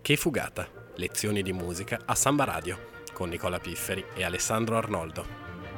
Che fugata! Lezioni di musica a Samba Radio con Nicola Pifferi e Alessandro Arnoldo.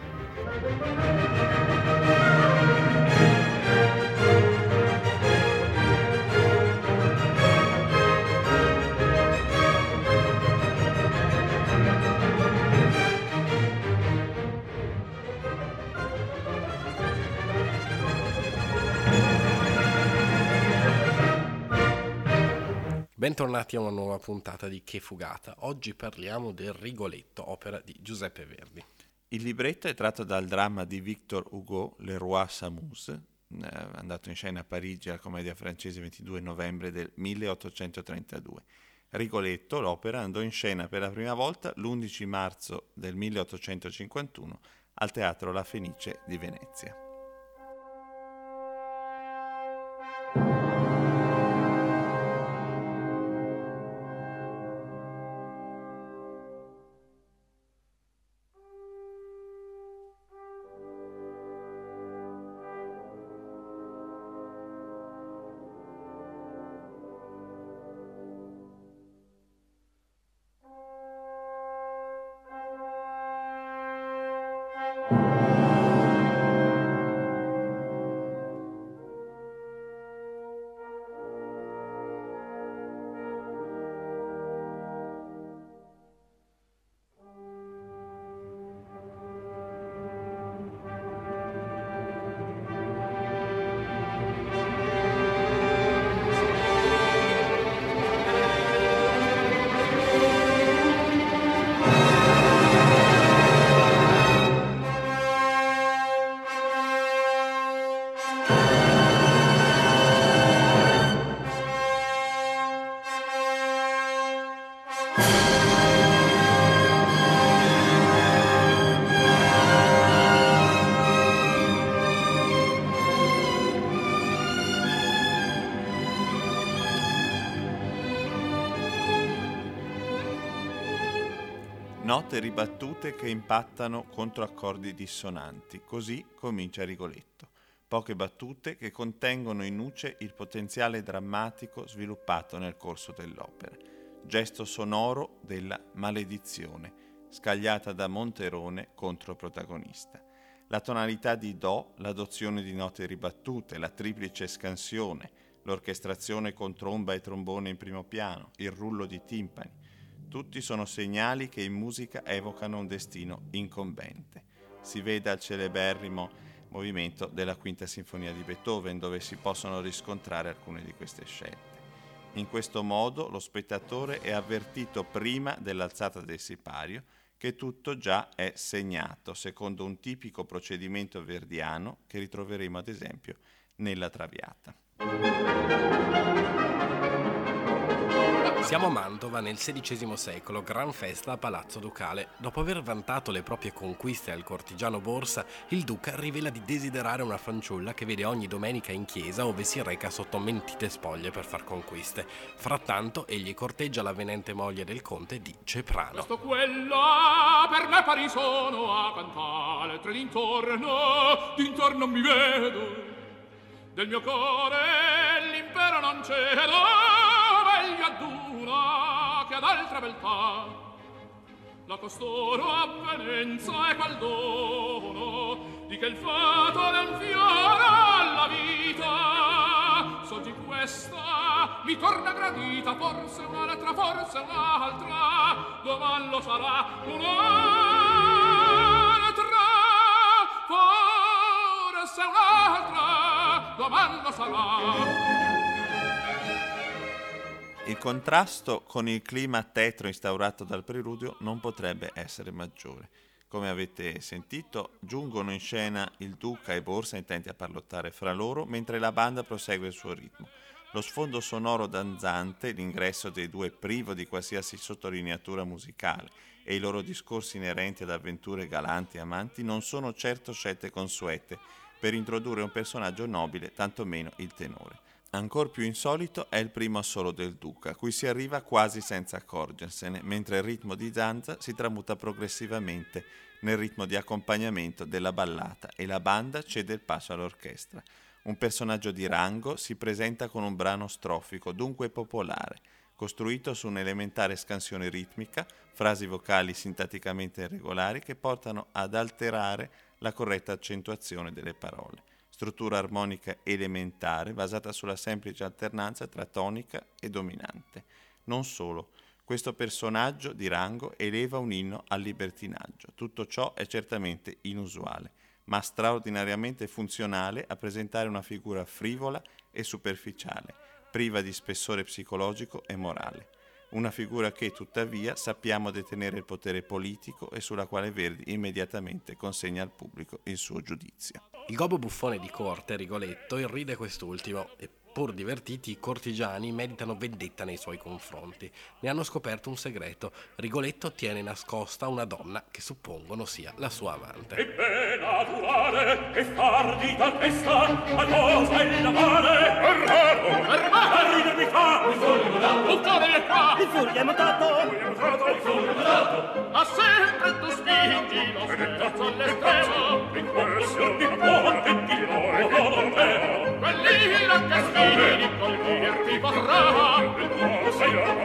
Bentornati a una nuova puntata di Che fugata. Oggi parliamo del Rigoletto, opera di Giuseppe Verdi. Il libretto è tratto dal dramma di Victor Hugo, Le Roi Samus, andato in scena a Parigi alla Commedia Francese 22 novembre del 1832. Rigoletto, l'opera, andò in scena per la prima volta l'11 marzo del 1851 al Teatro La Fenice di Venezia. Note ribattute che impattano contro accordi dissonanti, così comincia Rigoletto. Poche battute che contengono in nuce il potenziale drammatico sviluppato nel corso dell'opera. Gesto sonoro della maledizione, scagliata da Monterone contro protagonista. La tonalità di Do, l'adozione di note ribattute, la triplice scansione, l'orchestrazione con tromba e trombone in primo piano, il rullo di timpani. Tutti sono segnali che in musica evocano un destino incombente. Si veda il celeberrimo movimento della Quinta Sinfonia di Beethoven, dove si possono riscontrare alcune di queste scelte. In questo modo lo spettatore è avvertito prima dell'alzata del sipario che tutto già è segnato, secondo un tipico procedimento verdiano che ritroveremo ad esempio nella Traviata. Siamo a Mantova nel XVI secolo, gran festa a Palazzo Ducale. Dopo aver vantato le proprie conquiste al cortigiano Borsa, il duca rivela di desiderare una fanciulla che vede ogni domenica in chiesa ove si reca sotto mentite spoglie per far conquiste. Frattanto egli corteggia l'avvenente moglie del conte di Ceprano. Questo quella per me pari sono a cantare tre d'intorno mi vedo, del mio cuore l'impero non cedo. Meglio ad una che ad altra beltà, la costoro avvenenza è qual dono di che il fato non fiora alla vita. Soggi questa mi torna gradita, forse un'altra, doman lo sarà un'altra, forse un'altra, doman lo sarà. Il contrasto con il clima tetro instaurato dal preludio non potrebbe essere maggiore. Come avete sentito, giungono in scena il duca e Borsa intenti a parlottare fra loro, mentre la banda prosegue il suo ritmo. Lo sfondo sonoro danzante, l'ingresso dei due privo di qualsiasi sottolineatura musicale e i loro discorsi inerenti ad avventure galanti e amanti non sono certo scelte consuete per introdurre un personaggio nobile, tantomeno il tenore. Ancor più insolito è il primo assolo del duca, a cui si arriva quasi senza accorgersene, mentre il ritmo di danza si tramuta progressivamente nel ritmo di accompagnamento della ballata e la banda cede il passo all'orchestra. Un personaggio di rango si presenta con un brano strofico, dunque popolare. costruito su un'elementare scansione ritmica, frasi vocali sintatticamente irregolari che portano ad alterare la corretta accentuazione delle parole. Struttura armonica elementare basata sulla semplice alternanza tra tonica e dominante. Non solo, questo personaggio di rango eleva un inno al libertinaggio. Tutto ciò è certamente inusuale, ma straordinariamente funzionale a presentare una figura frivola e superficiale, priva di spessore psicologico e morale. Una figura che, tuttavia, sappiamo detenere il potere politico e sulla quale Verdi immediatamente consegna al pubblico il suo giudizio. Il gobbo buffone di corte, Rigoletto, irride quest'ultimo e, pur divertiti, i cortigiani meditano vendetta nei suoi confronti. Ne hanno scoperto un segreto. Rigoletto tiene nascosta una donna che suppongono sia la sua amante. Ebbe naturale e far di tal festa la cosa è la male. Fermato! Ridere mi fa! Il fuori mutato! Dottore è qua! Il fuori è mutato! Il fuori è mutato! Ha sempre tu spingi lo scherzo all'estremo. In questo di ponte di noi non vero. Quell'illa che spini col dirti vorrà. Il tuo sei a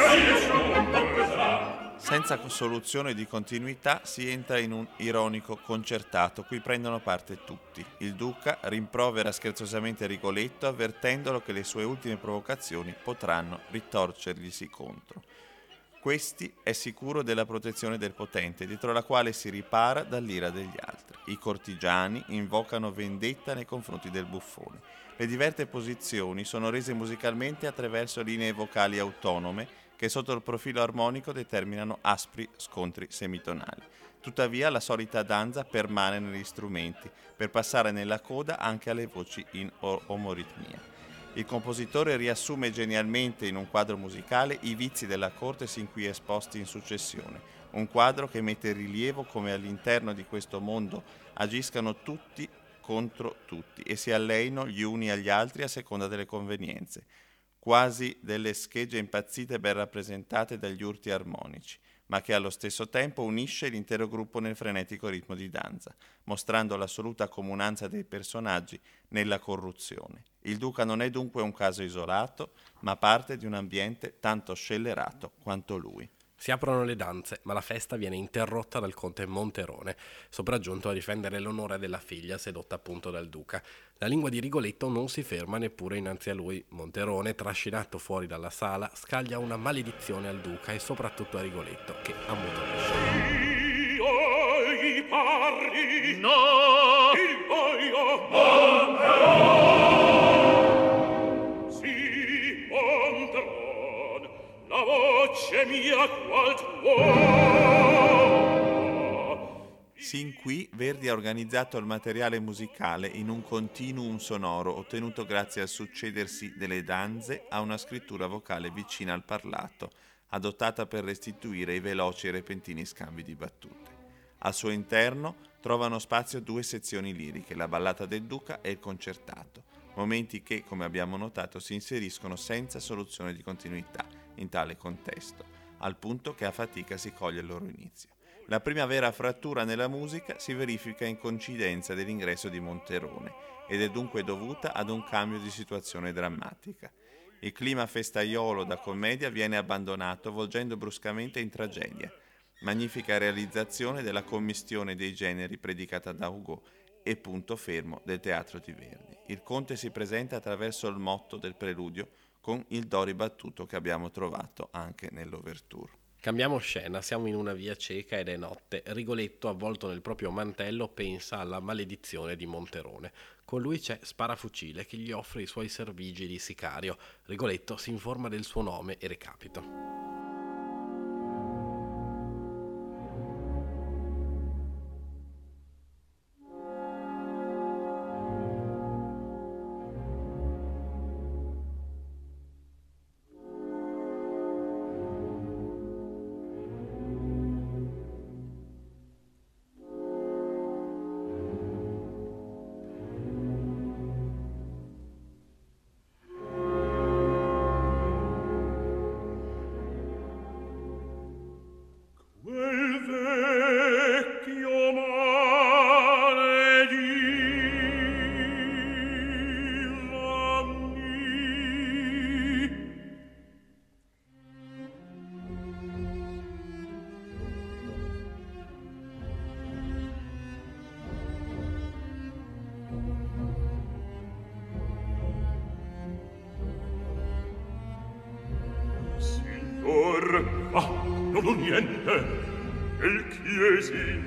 me. Senza soluzione di continuità si entra in un ironico concertato cui prendono parte tutti. Il duca rimprovera scherzosamente Rigoletto avvertendolo che le sue ultime provocazioni potranno ritorcerglisi contro. Questi è sicuro della protezione del potente, dietro la quale si ripara dall'ira degli altri. I cortigiani invocano vendetta nei confronti del buffone. Le diverse posizioni sono rese musicalmente attraverso linee vocali autonome che sotto il profilo armonico determinano aspri scontri semitonali. Tuttavia la solita danza permane negli strumenti, per passare nella coda anche alle voci in omoritmia. Il compositore riassume genialmente in un quadro musicale i vizi della corte sin qui esposti in successione, un quadro che mette in rilievo come all'interno di questo mondo agiscano tutti contro tutti e si alleino gli uni agli altri a seconda delle convenienze, quasi delle schegge impazzite ben rappresentate dagli urti armonici, ma che allo stesso tempo unisce l'intero gruppo nel frenetico ritmo di danza, mostrando l'assoluta comunanza dei personaggi nella corruzione. Il duca non è dunque un caso isolato, ma parte di un ambiente tanto scellerato quanto lui. Si aprono le danze, ma la festa viene interrotta dal conte Monterone, sopraggiunto a difendere l'onore della figlia sedotta appunto dal duca. La lingua di Rigoletto non si ferma neppure innanzi a lui. Monterone, trascinato fuori dalla sala, scaglia una maledizione al duca e soprattutto a Rigoletto, che ammutorisce. Io gli parli, no, il voglio Monterone. Sì, Monterone, la voce mia qual tuo. Sin qui Verdi ha organizzato il materiale musicale in un continuum sonoro ottenuto grazie al succedersi delle danze a una scrittura vocale vicina al parlato, adottata per restituire i veloci e repentini scambi di battute. Al suo interno trovano spazio due sezioni liriche, la ballata del duca e il concertato, momenti che, come abbiamo notato, si inseriscono senza soluzione di continuità in tale contesto, al punto che a fatica si coglie il loro inizio. La prima vera frattura nella musica si verifica in coincidenza dell'ingresso di Monterone ed è dunque dovuta ad un cambio di situazione drammatica. Il clima festaiolo da commedia viene abbandonato volgendo bruscamente in tragedia. Magnifica realizzazione della commistione dei generi predicata da Hugo e punto fermo del teatro di Verdi. Il conte si presenta attraverso il motto del preludio con il do ribattuto che abbiamo trovato anche nell'ouverture. Cambiamo scena, siamo in una via cieca ed è notte. Rigoletto, avvolto nel proprio mantello, pensa alla maledizione di Monterone. Con lui c'è Sparafucile che gli offre i suoi servigi di sicario. Rigoletto si informa del suo nome e recapito. veder, ah, non ho niente, e il chiesi.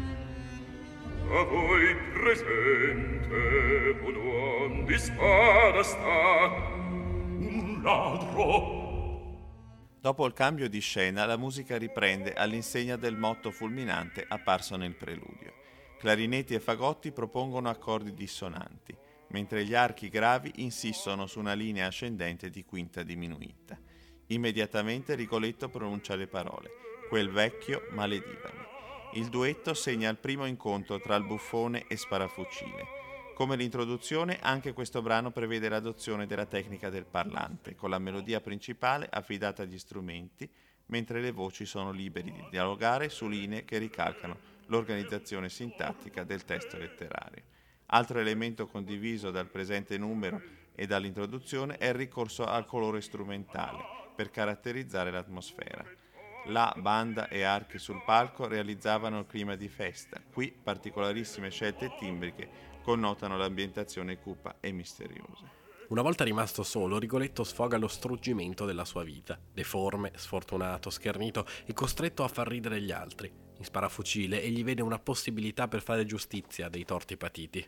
A voi presente, un uom di spada sta, un ladro. Dopo il cambio di scena, la musica riprende all'insegna del motto fulminante apparso nel preludio. Clarinetti e fagotti propongono accordi dissonanti, mentre gli archi gravi insistono su una linea ascendente di quinta diminuita. Immediatamente Rigoletto pronuncia le parole: quel vecchio maledivami. Il duetto segna il primo incontro tra il buffone e Sparafucile. Come l'introduzione, anche questo brano prevede l'adozione della tecnica del parlante, con la melodia principale affidata agli strumenti, mentre le voci sono liberi di dialogare su linee che ricalcano l'organizzazione sintattica del testo letterario. Altro elemento condiviso dal presente numero e dall'introduzione è il ricorso al colore strumentale per caratterizzare l'atmosfera. La banda e archi sul palco realizzavano il clima di festa. Qui particolarissime scelte timbriche connotano l'ambientazione cupa e misteriosa. Una volta rimasto solo, Rigoletto sfoga lo struggimento della sua vita, deforme, sfortunato, schernito e costretto a far ridere gli altri. In Sparafucile egli vede una possibilità per fare giustizia dei torti patiti.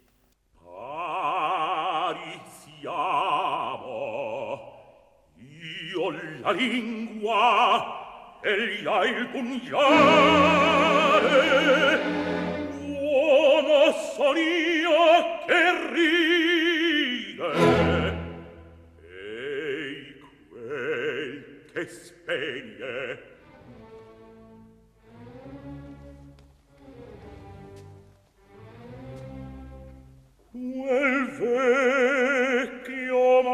Pari siamo, io la lingua, egli ha il pugnale. Uomo son io che ride, ei quel che spegne. Quel vecchio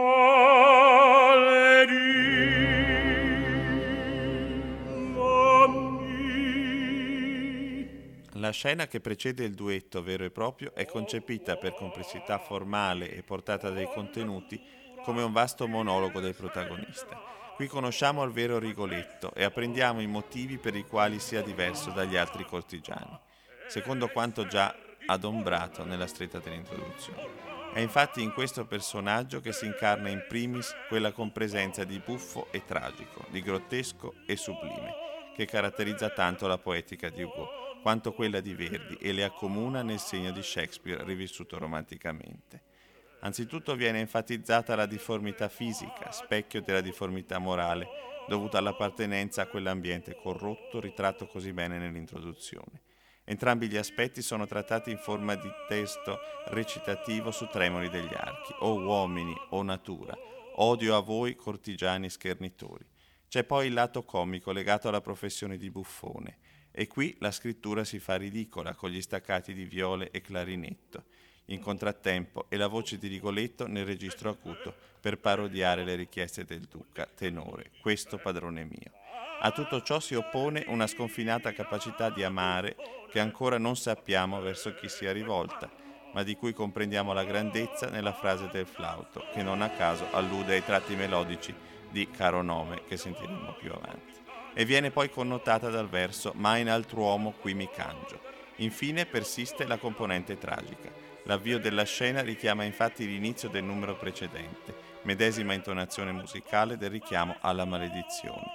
La scena che precede il duetto vero e proprio è concepita per complessità formale e portata dei contenuti come un vasto monologo del protagonista. Qui conosciamo il vero Rigoletto e apprendiamo i motivi per i quali sia diverso dagli altri cortigiani, secondo quanto già adombrato nella stretta dell'introduzione. È infatti in questo personaggio che si incarna in primis quella compresenza di buffo e tragico, di grottesco e sublime, che caratterizza tanto la poetica di Hugo, quanto quella di Verdi, e le accomuna nel segno di Shakespeare rivissuto romanticamente. Anzitutto viene enfatizzata la difformità fisica, specchio della difformità morale, dovuta all'appartenenza a quell'ambiente corrotto ritratto così bene nell'introduzione. Entrambi gli aspetti sono trattati in forma di testo recitativo su tremoli degli archi: o uomini o natura, odio a voi cortigiani schernitori. C'è poi il lato comico legato alla professione di buffone, e qui la scrittura si fa ridicola con gli staccati di viole e clarinetto, in contrattempo, e la voce di Rigoletto nel registro acuto per parodiare le richieste del duca, tenore: questo padrone mio. A tutto ciò si oppone una sconfinata capacità di amare che ancora non sappiamo verso chi sia rivolta, ma di cui comprendiamo la grandezza nella frase del flauto, che non a caso allude ai tratti melodici di Caro nome che sentiremo più avanti. E viene poi connotata dal verso «Ma in altr'uomo qui mi cangio». Infine persiste la componente tragica. L'avvio della scena richiama infatti l'inizio del numero precedente, medesima intonazione musicale del richiamo alla maledizione.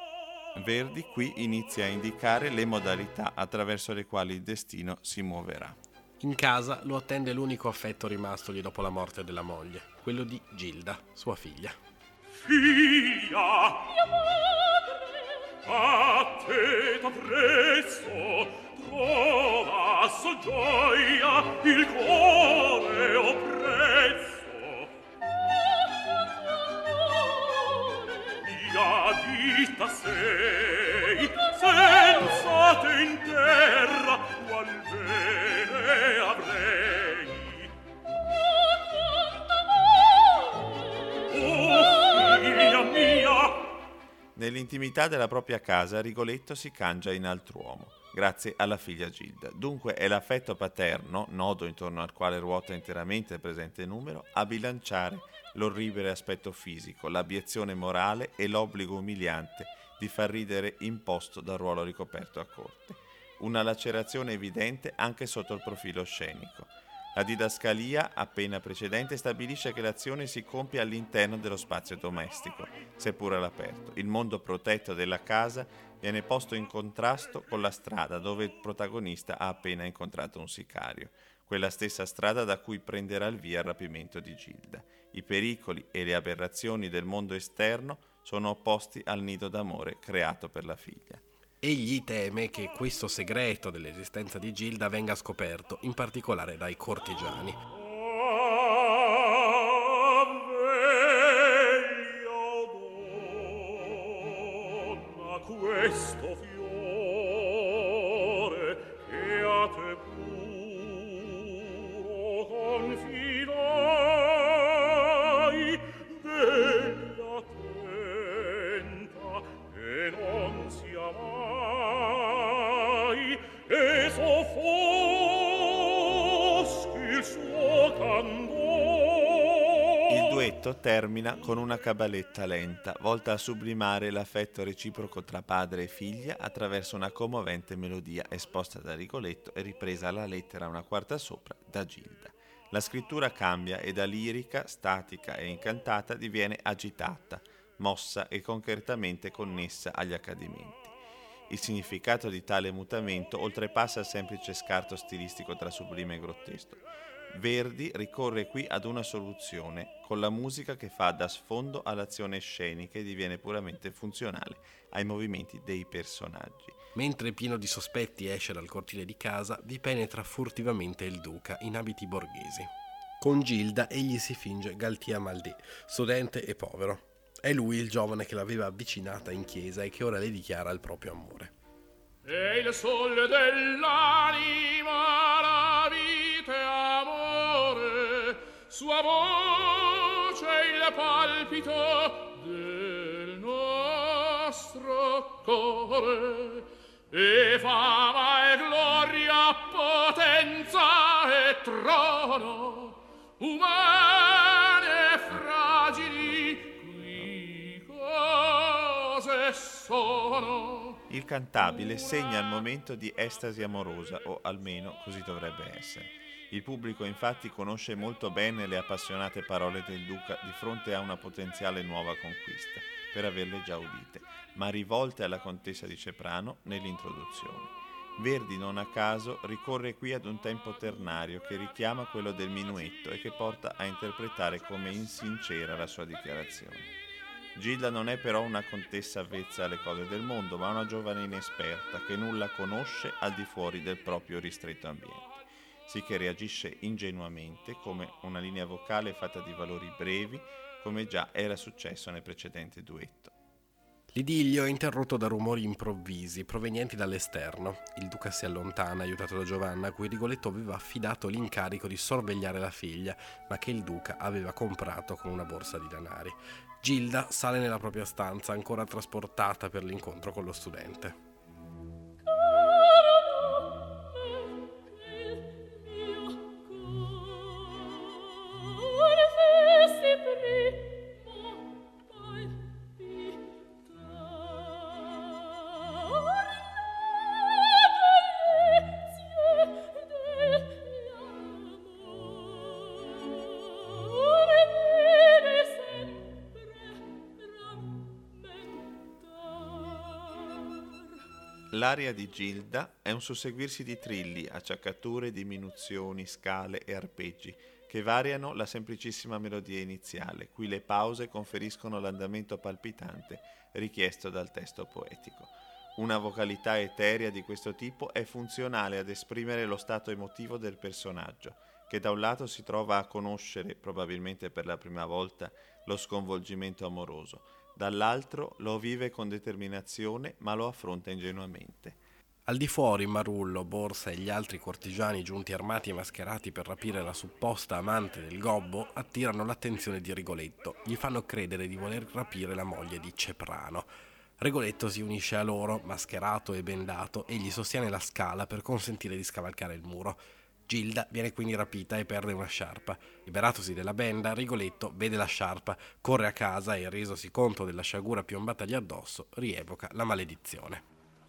Verdi qui inizia a indicare le modalità attraverso le quali il destino si muoverà. In casa lo attende l'unico affetto rimastogli dopo la morte della moglie, quello di Gilda, sua figlia. Figlia, a te t'appresso, trova soggioia il cuore oppresso. Mia vita sei, senza te in terra, qual bene avrei. Oh, figlia mia! Nell'intimità della propria casa, Rigoletto si cangia in altr'uomo, grazie alla figlia Gilda. Dunque è l'affetto paterno, nodo intorno al quale ruota interamente il presente numero, a bilanciare l'orribile aspetto fisico, l'abiezione morale e l'obbligo umiliante di far ridere imposto dal ruolo ricoperto a corte. Una lacerazione evidente anche sotto il profilo scenico. La didascalia, appena precedente, stabilisce che l'azione si compie all'interno dello spazio domestico, seppur all'aperto. Il mondo protetto della casa viene posto in contrasto con la strada dove il protagonista ha appena incontrato un sicario, quella stessa strada da cui prenderà il via il rapimento di Gilda. I pericoli e le aberrazioni del mondo esterno sono opposti al nido d'amore creato per la figlia. Egli teme che questo segreto dell'esistenza di Gilda venga scoperto, in particolare dai cortigiani. Questo fiore che a te puro confidai, bella attenta e non sia mai, e soffoschi il suo candore. Il duetto termina con una cabaletta lenta, volta a sublimare l'affetto reciproco tra padre e figlia attraverso una commovente melodia esposta da Rigoletto e ripresa alla lettera una quarta sopra da Gilda. La scrittura cambia e da lirica, statica e incantata diviene agitata, mossa e concretamente connessa agli accadimenti. Il significato di tale mutamento oltrepassa il semplice scarto stilistico tra sublime e grottesco. Verdi ricorre qui ad una soluzione, con la musica che fa da sfondo all'azione scenica e diviene puramente funzionale ai movimenti dei personaggi. Mentre pieno di sospetti esce dal cortile di casa, vi penetra furtivamente il duca in abiti borghesi. Con Gilda egli si finge Galtia Maldì, studente e povero. È lui il giovane che l'aveva avvicinata in chiesa e che ora le dichiara il proprio amore. E il sole dell'anima, la vita e amore, sua voce il palpito del nostro cuore, e fama e gloria, potenza e trono, umane e fragili, qui cose sono. Il cantabile segna il momento di estasi amorosa, o almeno così dovrebbe essere. Il pubblico infatti conosce molto bene le appassionate parole del duca di fronte a una potenziale nuova conquista, per averle già udite, ma rivolte alla contessa di Ceprano nell'introduzione. Verdi non a caso ricorre qui ad un tempo ternario che richiama quello del minuetto e che porta a interpretare come insincera la sua dichiarazione. Gilda non è però una contessa avvezza alle cose del mondo, ma una giovane inesperta che nulla conosce al di fuori del proprio ristretto ambiente. Sì che reagisce ingenuamente, come una linea vocale fatta di valori brevi, come già era successo nel precedente duetto. L'idillio è interrotto da rumori improvvisi provenienti dall'esterno. Il duca si allontana, aiutato da Giovanna, a cui Rigoletto aveva affidato l'incarico di sorvegliare la figlia, ma che il duca aveva comprato con una borsa di denari. Gilda sale nella propria stanza, ancora trasportata per l'incontro con lo studente. L'aria di Gilda è un susseguirsi di trilli, acciaccature, diminuzioni, scale e arpeggi che variano la semplicissima melodia iniziale, cui le pause conferiscono l'andamento palpitante richiesto dal testo poetico. Una vocalità eterea di questo tipo è funzionale ad esprimere lo stato emotivo del personaggio, che da un lato si trova a conoscere, probabilmente per la prima volta, lo sconvolgimento amoroso, dall'altro lo vive con determinazione ma lo affronta ingenuamente. Al di fuori Marullo, Borsa e gli altri cortigiani giunti armati e mascherati per rapire la supposta amante del Gobbo attirano l'attenzione di Rigoletto, gli fanno credere di voler rapire la moglie di Ceprano. Rigoletto si unisce a loro, mascherato e bendato, e gli sostiene la scala per consentire di scavalcare il muro. Gilda viene quindi rapita e perde una sciarpa. Liberatosi della benda, Rigoletto vede la sciarpa, corre a casa e, resosi conto della sciagura piombata gli addosso, rievoca la maledizione.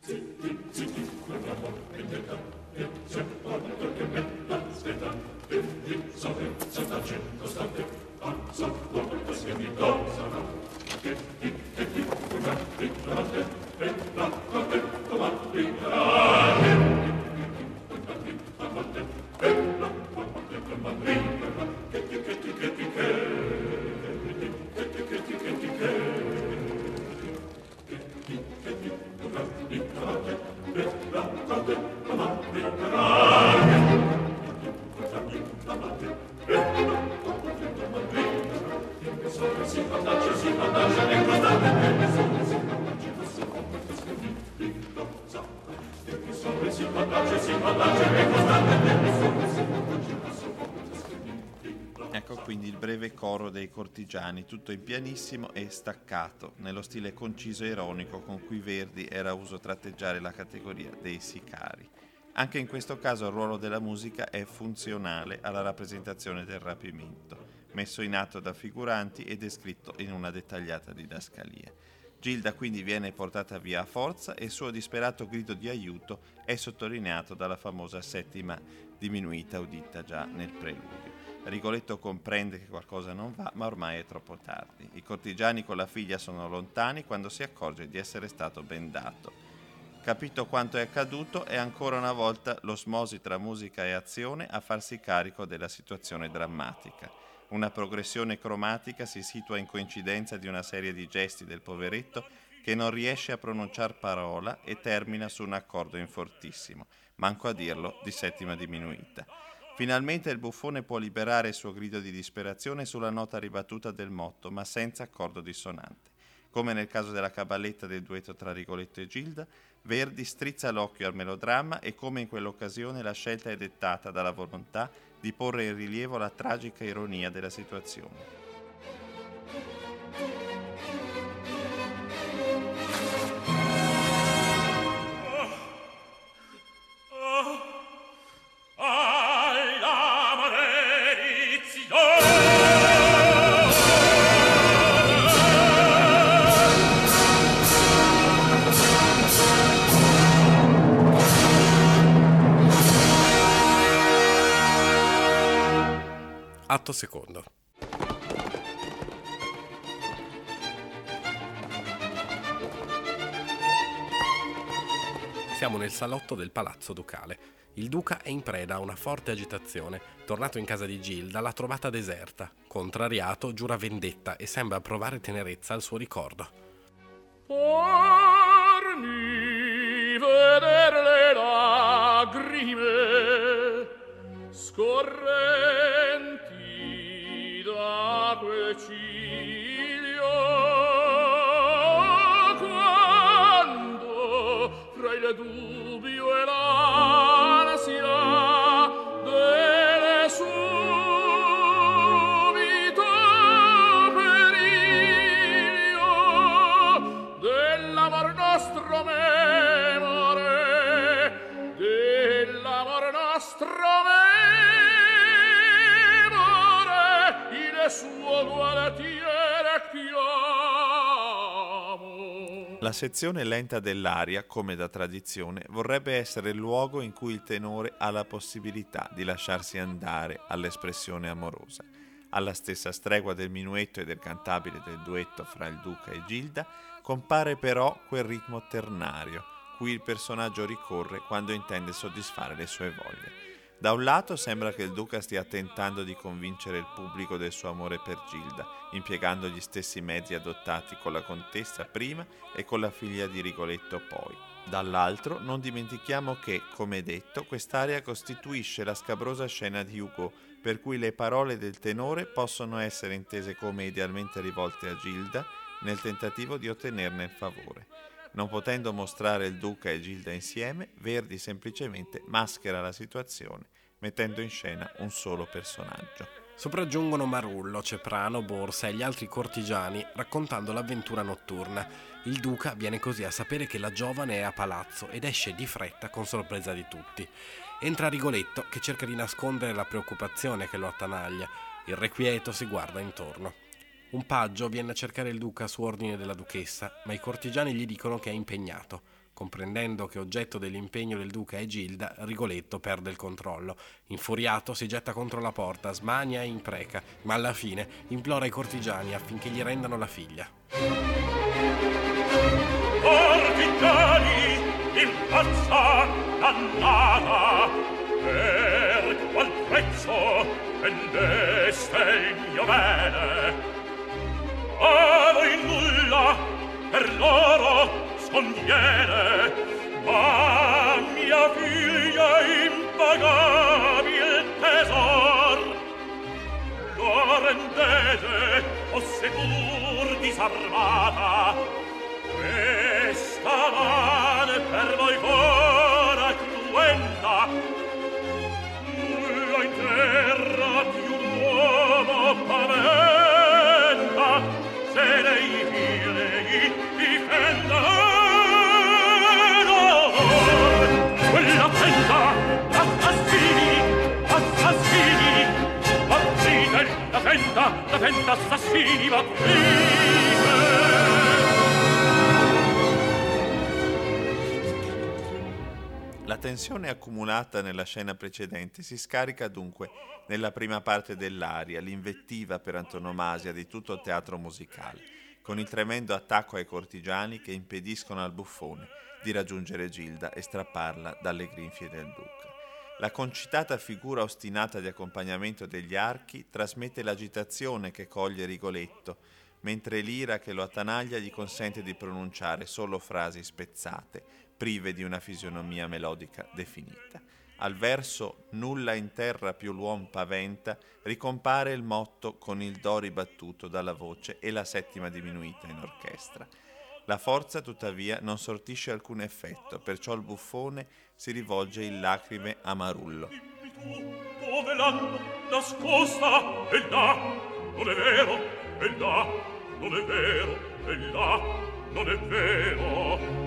Ecco quindi il breve coro dei cortigiani, tutto in pianissimo e staccato, nello stile conciso e ironico con cui Verdi era uso tratteggiare la categoria dei sicari. Anche in questo caso il ruolo della musica è funzionale alla rappresentazione del rapimento, messo in atto da figuranti e descritto in una dettagliata didascalia. Gilda quindi viene portata via a forza e il suo disperato grido di aiuto è sottolineato dalla famosa settima diminuita udita già nel preludio. Rigoletto comprende che qualcosa non va, ma ormai è troppo tardi. I cortigiani con la figlia sono lontani quando si accorge di essere stato bendato. Capito quanto è accaduto, è ancora una volta l'osmosi tra musica e azione a farsi carico della situazione drammatica. Una progressione cromatica si situa in coincidenza di una serie di gesti del poveretto che non riesce a pronunciar parola e termina su un accordo in fortissimo, manco a dirlo, di settima diminuita. Finalmente il buffone può liberare il suo grido di disperazione sulla nota ribattuta del motto, ma senza accordo dissonante. Come nel caso della caballetta del duetto tra Rigoletto e Gilda, Verdi strizza l'occhio al melodramma e come in quell'occasione la scelta è dettata dalla volontà di porre in rilievo la tragica ironia della situazione. Atto secondo. Siamo nel salotto del palazzo ducale. Il duca è in preda a una forte agitazione. Tornato in casa di Gilda, l'ha trovata deserta. Contrariato, giura vendetta e sembra provare tenerezza al suo ricordo. Pormi veder le lagrime scorrenti da quel ciglio quando fra il dubbio e l'ansia delle subito periglio dell'amor nostro memore, dell'amor nostro memore, il suo guardiere chiamo. La sezione lenta dell'aria, come da tradizione, vorrebbe essere il luogo in cui il tenore ha la possibilità di lasciarsi andare all'espressione amorosa. Alla stessa stregua del minuetto e del cantabile del duetto fra il duca e Gilda, compare però quel ritmo ternario, cui il personaggio ricorre quando intende soddisfare le sue voglie. Da un lato sembra che il duca stia tentando di convincere il pubblico del suo amore per Gilda, impiegando gli stessi mezzi adottati con la contessa prima e con la figlia di Rigoletto poi. Dall'altro non dimentichiamo che, come detto, quest'aria costituisce la scabrosa scena di Hugo, per cui le parole del tenore possono essere intese come idealmente rivolte a Gilda nel tentativo di ottenerne il favore. Non potendo mostrare il duca e Gilda insieme, Verdi semplicemente maschera la situazione, mettendo in scena un solo personaggio. Sopraggiungono Marullo, Ceprano, Borsa e gli altri cortigiani raccontando l'avventura notturna. Il duca viene così a sapere che la giovane è a palazzo ed esce di fretta con sorpresa di tutti. Entra Rigoletto che cerca di nascondere la preoccupazione che lo attanaglia. Irrequieto si guarda intorno. Un paggio viene a cercare il duca su ordine della duchessa, ma i cortigiani gli dicono che è impegnato. Comprendendo che oggetto dell'impegno del duca è Gilda, Rigoletto perde il controllo. Infuriato si getta contro la porta, smania e impreca, ma alla fine implora i cortigiani affinché gli rendano la figlia. Cortigiani, impazza, dannata, per qual prezzo vendeste il mio bene? A voi nulla per loro sconviene, ma mia figlia impagabil tesor lo rendete o seppur disarmata. Questa man per voi ora cruenta, nulla in terra più d'uomo paventa, se lei figli difenda. Quella tenta, assassini, aprite la tenta, assassini, aprite. La tensione accumulata nella scena precedente si scarica dunque nella prima parte dell'aria, l'invettiva per antonomasia di tutto il teatro musicale, con il tremendo attacco ai cortigiani che impediscono al buffone di raggiungere Gilda e strapparla dalle grinfie del duca. La concitata figura ostinata di accompagnamento degli archi trasmette l'agitazione che coglie Rigoletto, mentre l'ira che lo attanaglia gli consente di pronunciare solo frasi spezzate, prive di una fisionomia melodica definita. Al verso «Nulla in terra più l'uom paventa» ricompare il motto con il do ribattuto dalla voce e la settima diminuita in orchestra. La forza, tuttavia, non sortisce alcun effetto, perciò il buffone si rivolge in lacrime a Marullo. Dimmi tu, dove l'hanno nascosta? E là, non è vero, e là, non è vero, e là, non è vero.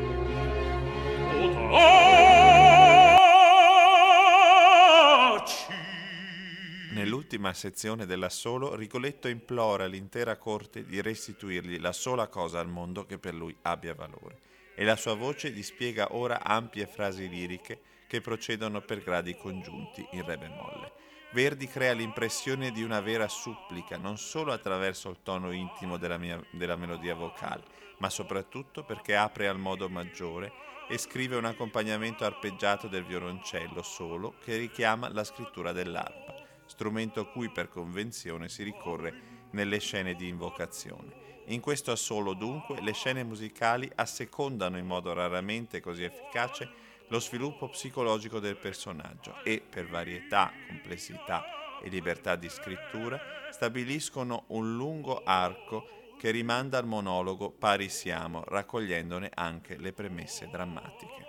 Nell'ultima sezione dell'assolo, Rigoletto implora l'intera corte di restituirgli la sola cosa al mondo che per lui abbia valore, e la sua voce dispiega ora ampie frasi liriche che procedono per gradi congiunti in re bemolle. Verdi crea l'impressione di una vera supplica, non solo attraverso il tono intimo della melodia vocale, ma soprattutto perché apre al modo maggiore e scrive un accompagnamento arpeggiato del violoncello solo che richiama la scrittura dell'arpa, strumento a cui per convenzione si ricorre nelle scene di invocazione. In questo assolo, dunque, le scene musicali assecondano in modo raramente così efficace lo sviluppo psicologico del personaggio e, per varietà, complessità e libertà di scrittura, stabiliscono un lungo arco che rimanda al monologo Pari siamo, raccogliendone anche le premesse drammatiche.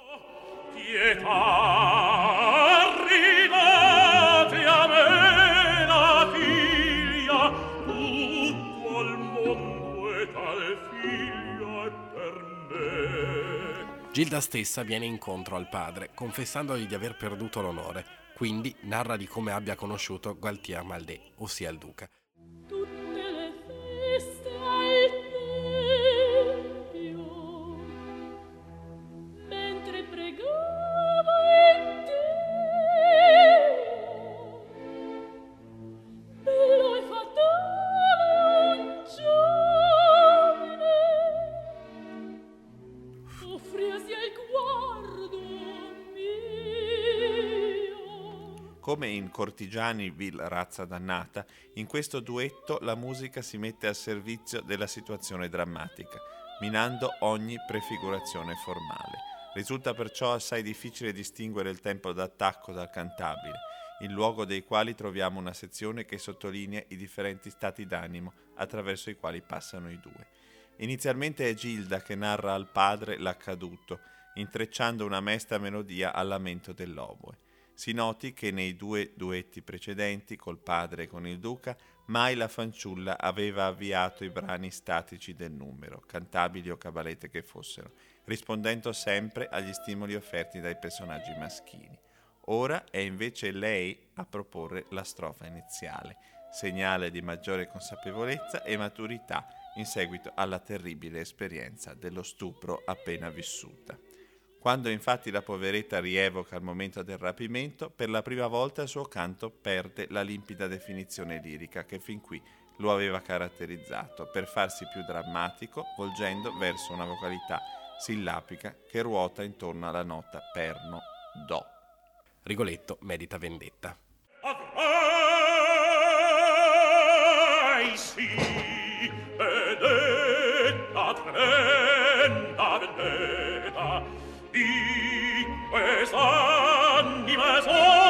Pietà, ridate a me la figlia, tutto al mondo è tal figlia è per me. Gilda stessa viene incontro al padre, confessandogli di aver perduto l'onore, quindi narra di come abbia conosciuto Gualtier Maldé, ossia il duca. Come in Cortigiani vil razza dannata, in questo duetto la musica si mette al servizio della situazione drammatica, minando ogni prefigurazione formale. Risulta perciò assai difficile distinguere il tempo d'attacco dal cantabile, in luogo dei quali troviamo una sezione che sottolinea i differenti stati d'animo attraverso i quali passano i due. Inizialmente è Gilda che narra al padre l'accaduto, intrecciando una mesta melodia al lamento dell'oboe. Si noti che nei due duetti precedenti, col padre e con il duca, mai la fanciulla aveva avviato i brani statici del numero, cantabili o cabalette che fossero, rispondendo sempre agli stimoli offerti dai personaggi maschili. Ora è invece lei a proporre la strofa iniziale, segnale di maggiore consapevolezza e maturità in seguito alla terribile esperienza dello stupro appena vissuta. Quando infatti la poveretta rievoca il momento del rapimento, per la prima volta il suo canto perde la limpida definizione lirica che fin qui lo aveva caratterizzato, per farsi più drammatico, volgendo verso una vocalità sillabica che ruota intorno alla nota perno do. Rigoletto medita vendetta. Avrai sì, vedetta tremenda vendetta di quest'anima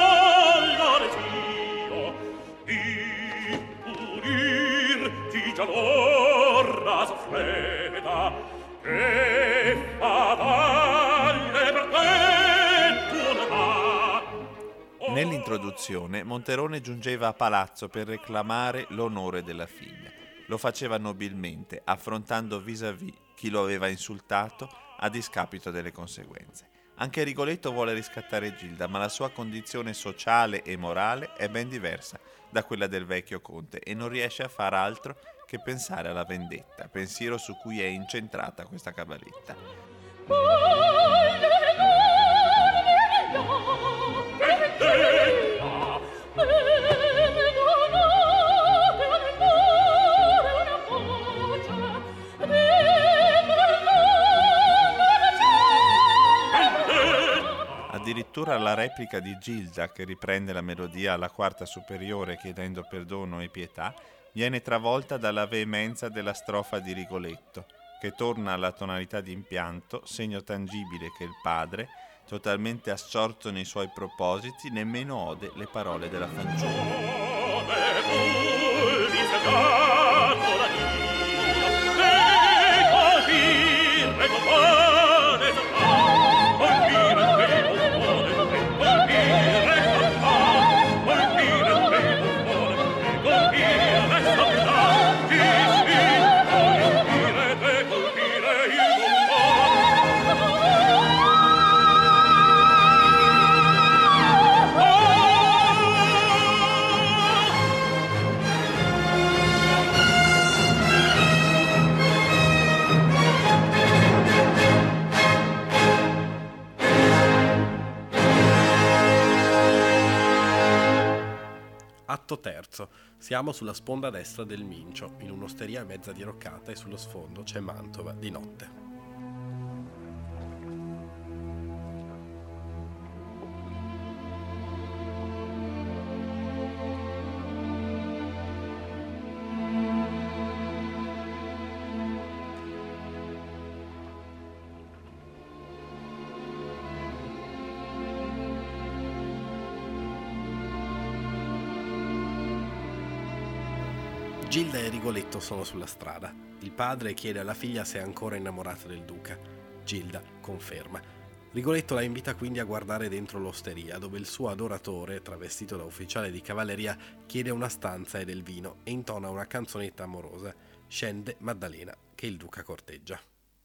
soldato di purirti già l'ora soffreda che fatale per te turnerà. Nell'introduzione Monterone giungeva a palazzo per reclamare l'onore della figlia. Lo faceva nobilmente, affrontando vis-à-vis chi lo aveva insultato a discapito delle conseguenze. Anche Rigoletto vuole riscattare Gilda, ma la sua condizione sociale e morale è ben diversa da quella del vecchio conte e non riesce a far altro che pensare alla vendetta, pensiero su cui è incentrata questa cabaletta. Addirittura la replica di Gilda, che riprende la melodia alla quarta superiore chiedendo perdono e pietà, viene travolta dalla veemenza della strofa di Rigoletto, che torna alla tonalità di impianto, segno tangibile che il padre, totalmente assorto nei suoi propositi, nemmeno ode le parole della fanciulla. Atto terzo. Siamo sulla sponda destra del Mincio, in un'osteria mezza diroccata e sullo sfondo c'è Mantova di notte. Gilda e Rigoletto sono sulla strada. Il padre chiede alla figlia se è ancora innamorata del duca. Gilda conferma. Rigoletto la invita quindi a guardare dentro l'osteria, dove il suo adoratore, travestito da ufficiale di cavalleria, chiede una stanza e del vino e intona una canzonetta amorosa. Scende Maddalena, che il duca corteggia.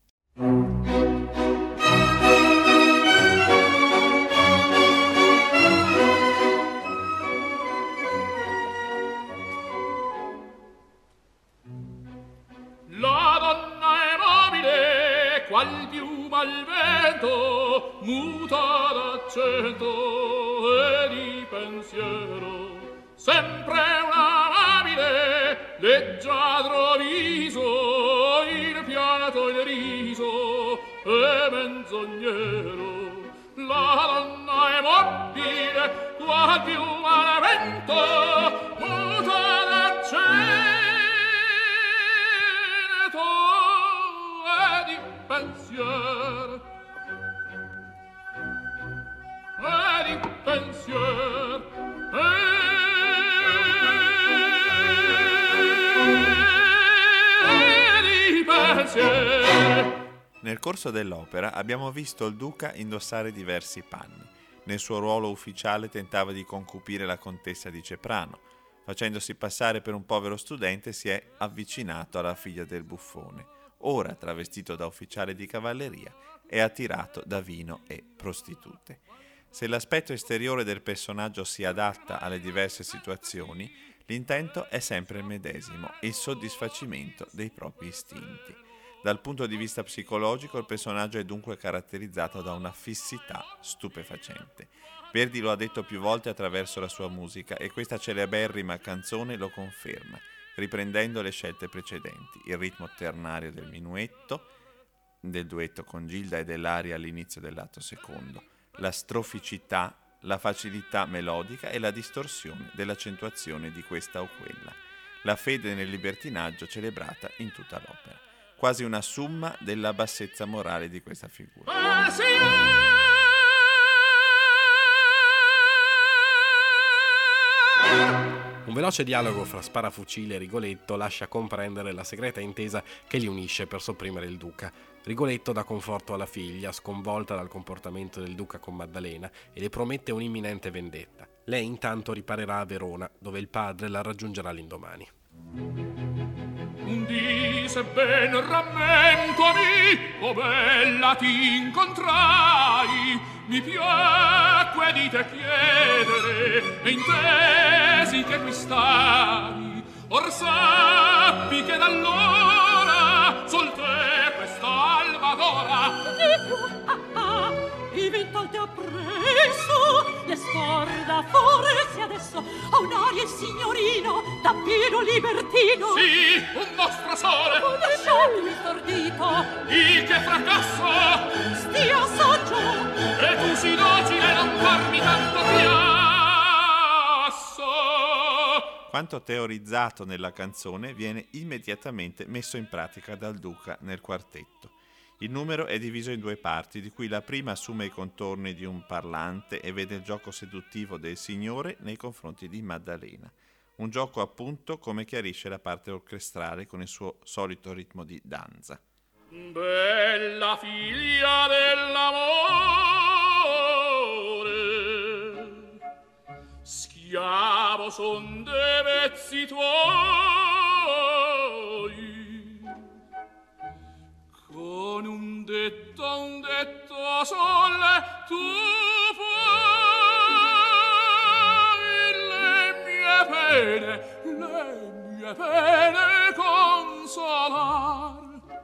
Qual piuma al vento, muta d'accento e di pensiero, sempre un amabile, leggiadro viso, il pianto il riso e menzognero. La donna è mobile, qual piuma al vento, muta d'accento pensier e di pensier e di pensier. Nel corso dell'opera abbiamo visto il duca indossare diversi panni. Nel suo ruolo ufficiale tentava di concupire la contessa di Ceprano. Facendosi passare per un povero studente si è avvicinato alla figlia del buffone. Ora, travestito da ufficiale di cavalleria, è attirato da vino e prostitute. Se l'aspetto esteriore del personaggio si adatta alle diverse situazioni, l'intento è sempre il medesimo, il soddisfacimento dei propri istinti. Dal punto di vista psicologico, il personaggio è dunque caratterizzato da una fissità stupefacente. Verdi lo ha detto più volte attraverso la sua musica e questa celeberrima canzone lo conferma, riprendendo le scelte precedenti, il ritmo ternario del minuetto, del duetto con Gilda e dell'aria all'inizio dell'atto secondo, la stroficità, la facilità melodica e la distorsione dell'accentuazione di questa o quella, la fede nel libertinaggio celebrata in tutta l'opera. Quasi una summa della bassezza morale di questa figura. Un veloce dialogo fra sparafucile e Rigoletto lascia comprendere la segreta intesa che li unisce per sopprimere il duca. Rigoletto dà conforto alla figlia, sconvolta dal comportamento del duca con Maddalena, e le promette un'imminente vendetta. Lei intanto riparerà a Verona, dove il padre la raggiungerà l'indomani. Un dì se ben rammentomi, o bella ti incontrai, mi piacque di te chiedere, e intesi che qui stavi, or sappi che d'allora sol te quest'alba d'ora i vent'alte appresso le scorda forse adesso a un'aria il signorino da pieno libertino. sì, un nostro sole Lasciatemi stordito, di che fracasso stia saggio e tu si docile non farmi tanto chiasso. Quanto teorizzato nella canzone viene immediatamente messo in pratica dal duca nel quartetto. Il numero è diviso in due parti, di cui la prima assume i contorni di un parlante e vede il gioco seduttivo del signore nei confronti di Maddalena. Un gioco appunto come chiarisce la parte orchestrale con il suo solito ritmo di danza. Bella figlia dell'amore, schiavo son de vezzi tuoi, con un detto sole tu puoi le mie pene consolar.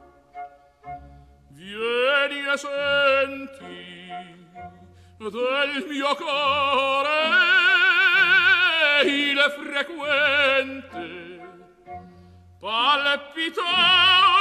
Vieni e senti del mio cuore il frequente palpitare.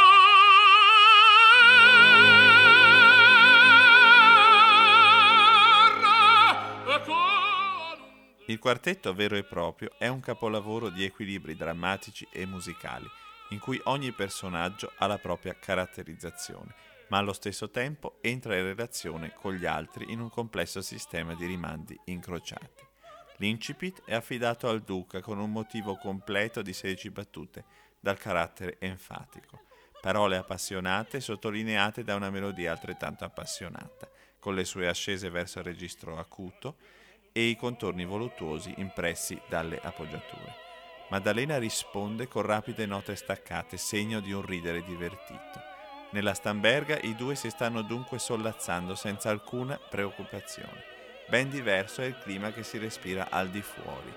Il quartetto vero e proprio è un capolavoro di equilibri drammatici e musicali, in cui ogni personaggio ha la propria caratterizzazione, ma allo stesso tempo entra in relazione con gli altri in un complesso sistema di rimandi incrociati. L'incipit è affidato al duca con un motivo completo di 16 battute, dal carattere enfatico. Parole appassionate sottolineate da una melodia altrettanto appassionata, con le sue ascese verso il registro acuto e i contorni voluttuosi impressi dalle appoggiature. Maddalena risponde con rapide note staccate, segno di un ridere divertito. Nella stamberga i due si stanno dunque sollazzando senza alcuna preoccupazione. Ben diverso è il clima che si respira al di fuori.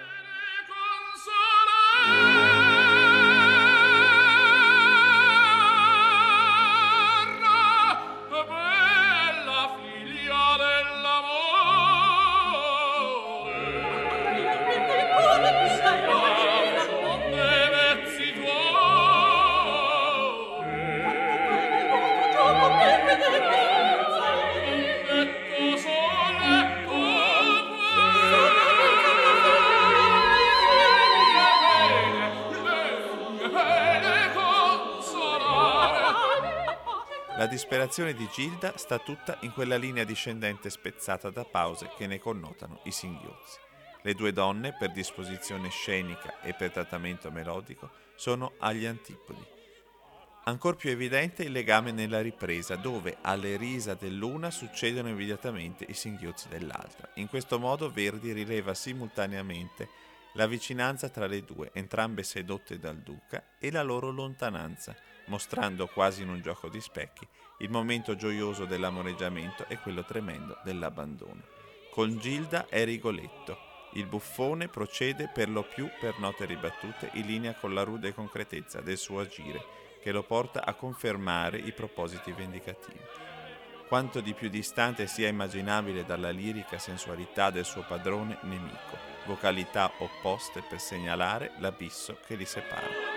La disperazione di Gilda sta tutta in quella linea discendente spezzata da pause che ne connotano i singhiozzi. Le due donne, per disposizione scenica e per trattamento melodico, sono agli antipodi. Ancor più evidente il legame nella ripresa, dove alle risa dell'una succedono immediatamente i singhiozzi dell'altra. In questo modo Verdi rileva simultaneamente la vicinanza tra le due, entrambe sedotte dal duca, e la loro lontananza, mostrando quasi in un gioco di specchi il momento gioioso dell'amoreggiamento e quello tremendo dell'abbandono. Con Gilda è Rigoletto. Il buffone procede per lo più per note ribattute in linea con la rude concretezza del suo agire, che lo porta a confermare i propositi vendicativi. Quanto di più distante sia immaginabile dalla lirica sensualità del suo padrone nemico, vocalità opposte per segnalare l'abisso che li separa.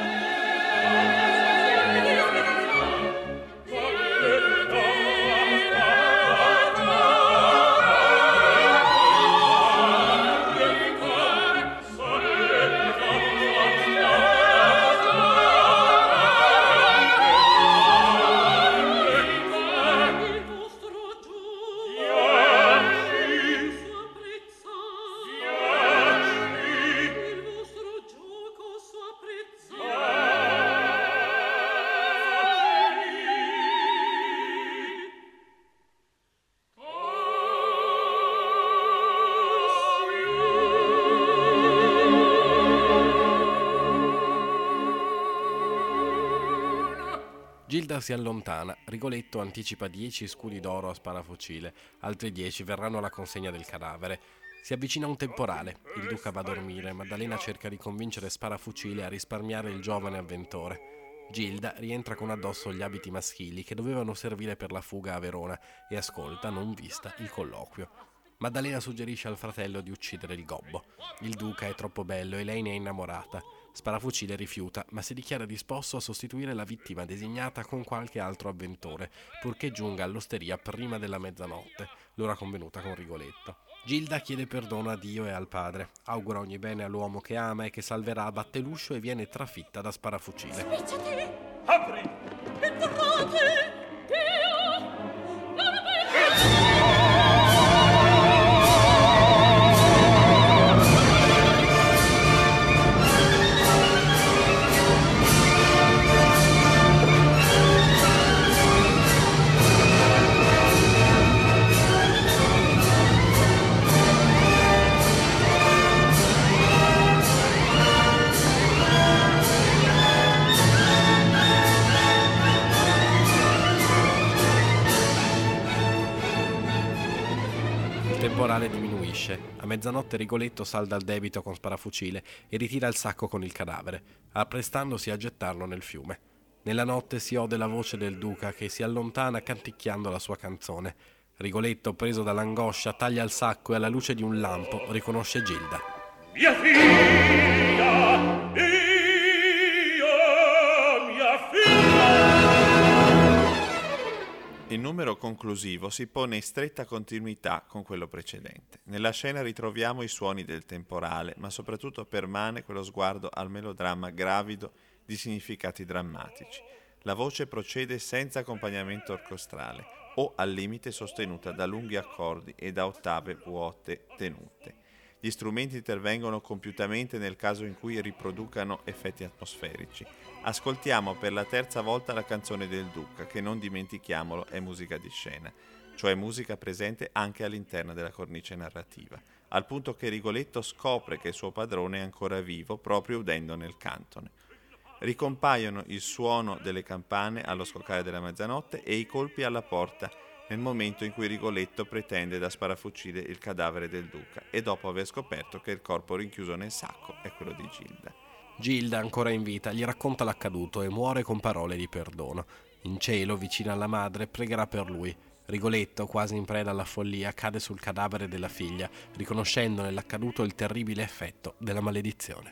Gilda si allontana, Rigoletto anticipa 10 scudi d'oro a sparafucile, altri 10 verranno alla consegna del cadavere. Si avvicina un temporale, il duca va a dormire, Maddalena cerca di convincere Sparafucile a risparmiare il giovane avventore. Gilda rientra con addosso gli abiti maschili che dovevano servire per la fuga a Verona e ascolta, non vista, il colloquio. Maddalena suggerisce al fratello di uccidere il gobbo. Il duca è troppo bello e lei ne è innamorata. Sparafucile rifiuta, ma si dichiara disposto a sostituire la vittima designata con qualche altro avventore, purché giunga all'osteria prima della mezzanotte, l'ora convenuta con Rigoletto. Gilda chiede perdono a Dio e al padre, augura ogni bene all'uomo che ama e che salverà, batte l'uscio e viene trafitta da Sparafucile. Spicciati! Apri! Entrate! Il temporale diminuisce. A mezzanotte Rigoletto salda il debito con Sparafucile e ritira il sacco con il cadavere, apprestandosi a gettarlo nel fiume. Nella notte si ode la voce del duca che si allontana canticchiando la sua canzone. Rigoletto, preso dall'angoscia, taglia il sacco e alla luce di un lampo riconosce Gilda. Mia figlia! Mia figlia! Il numero conclusivo si pone in stretta continuità con quello precedente. Nella scena ritroviamo i suoni del temporale, ma soprattutto permane quello sguardo al melodramma gravido di significati drammatici. La voce procede senza accompagnamento orchestrale o al limite sostenuta da lunghi accordi e da ottave vuote tenute. Gli strumenti intervengono compiutamente nel caso in cui riproducano effetti atmosferici. Ascoltiamo per la terza volta la canzone del duca, che non dimentichiamolo è musica di scena, cioè musica presente anche all'interno della cornice narrativa, al punto che Rigoletto scopre che il suo padrone è ancora vivo proprio udendone il cantone. Ricompaiono il suono delle campane allo scoccare della mezzanotte e i colpi alla porta nel momento in cui Rigoletto pretende da Sparafucile il cadavere del duca e dopo aver scoperto che il corpo rinchiuso nel sacco è quello di Gilda. Gilda, ancora in vita, gli racconta l'accaduto e muore con parole di perdono. In cielo, vicino alla madre, pregherà per lui. Rigoletto, quasi in preda alla follia, cade sul cadavere della figlia, riconoscendo nell'accaduto il terribile effetto della maledizione.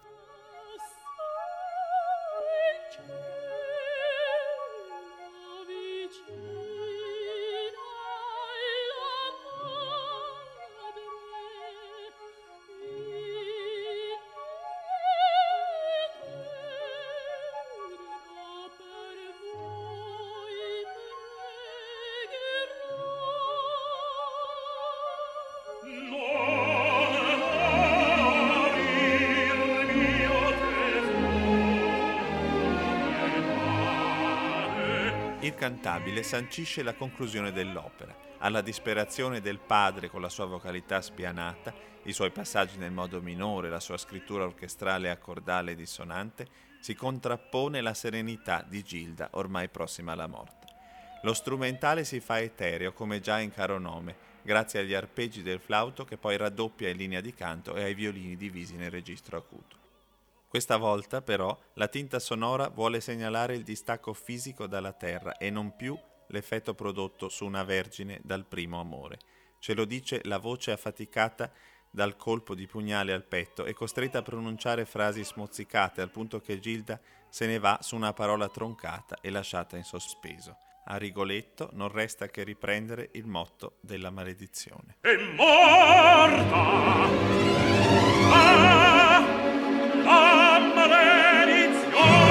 Il cantabile sancisce la conclusione dell'opera. Alla disperazione del padre con la sua vocalità spianata, i suoi passaggi nel modo minore, la sua scrittura orchestrale accordale e dissonante, si contrappone la serenità di Gilda ormai prossima alla morte. Lo strumentale si fa etereo come già in Caro nome, grazie agli arpeggi del flauto che poi raddoppia in linea di canto e ai violini divisi nel registro acuto. Questa volta, però, la tinta sonora vuole segnalare il distacco fisico dalla terra e non più l'effetto prodotto su una vergine dal primo amore. Ce lo dice la voce affaticata dal colpo di pugnale al petto e costretta a pronunciare frasi smozzicate al punto che Gilda se ne va su una parola troncata e lasciata in sospeso. A Rigoletto non resta che riprendere il motto della maledizione. È morta! Ah, la maledizione!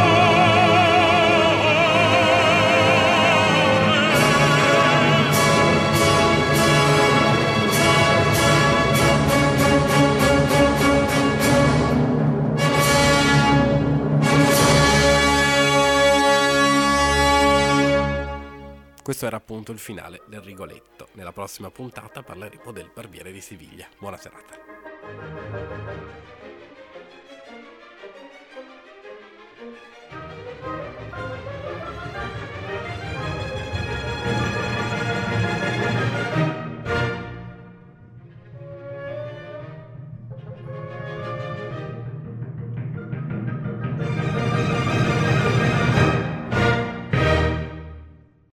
Questo era appunto il finale del Rigoletto. Nella prossima puntata parleremo del Barbiere di Siviglia. Buona serata.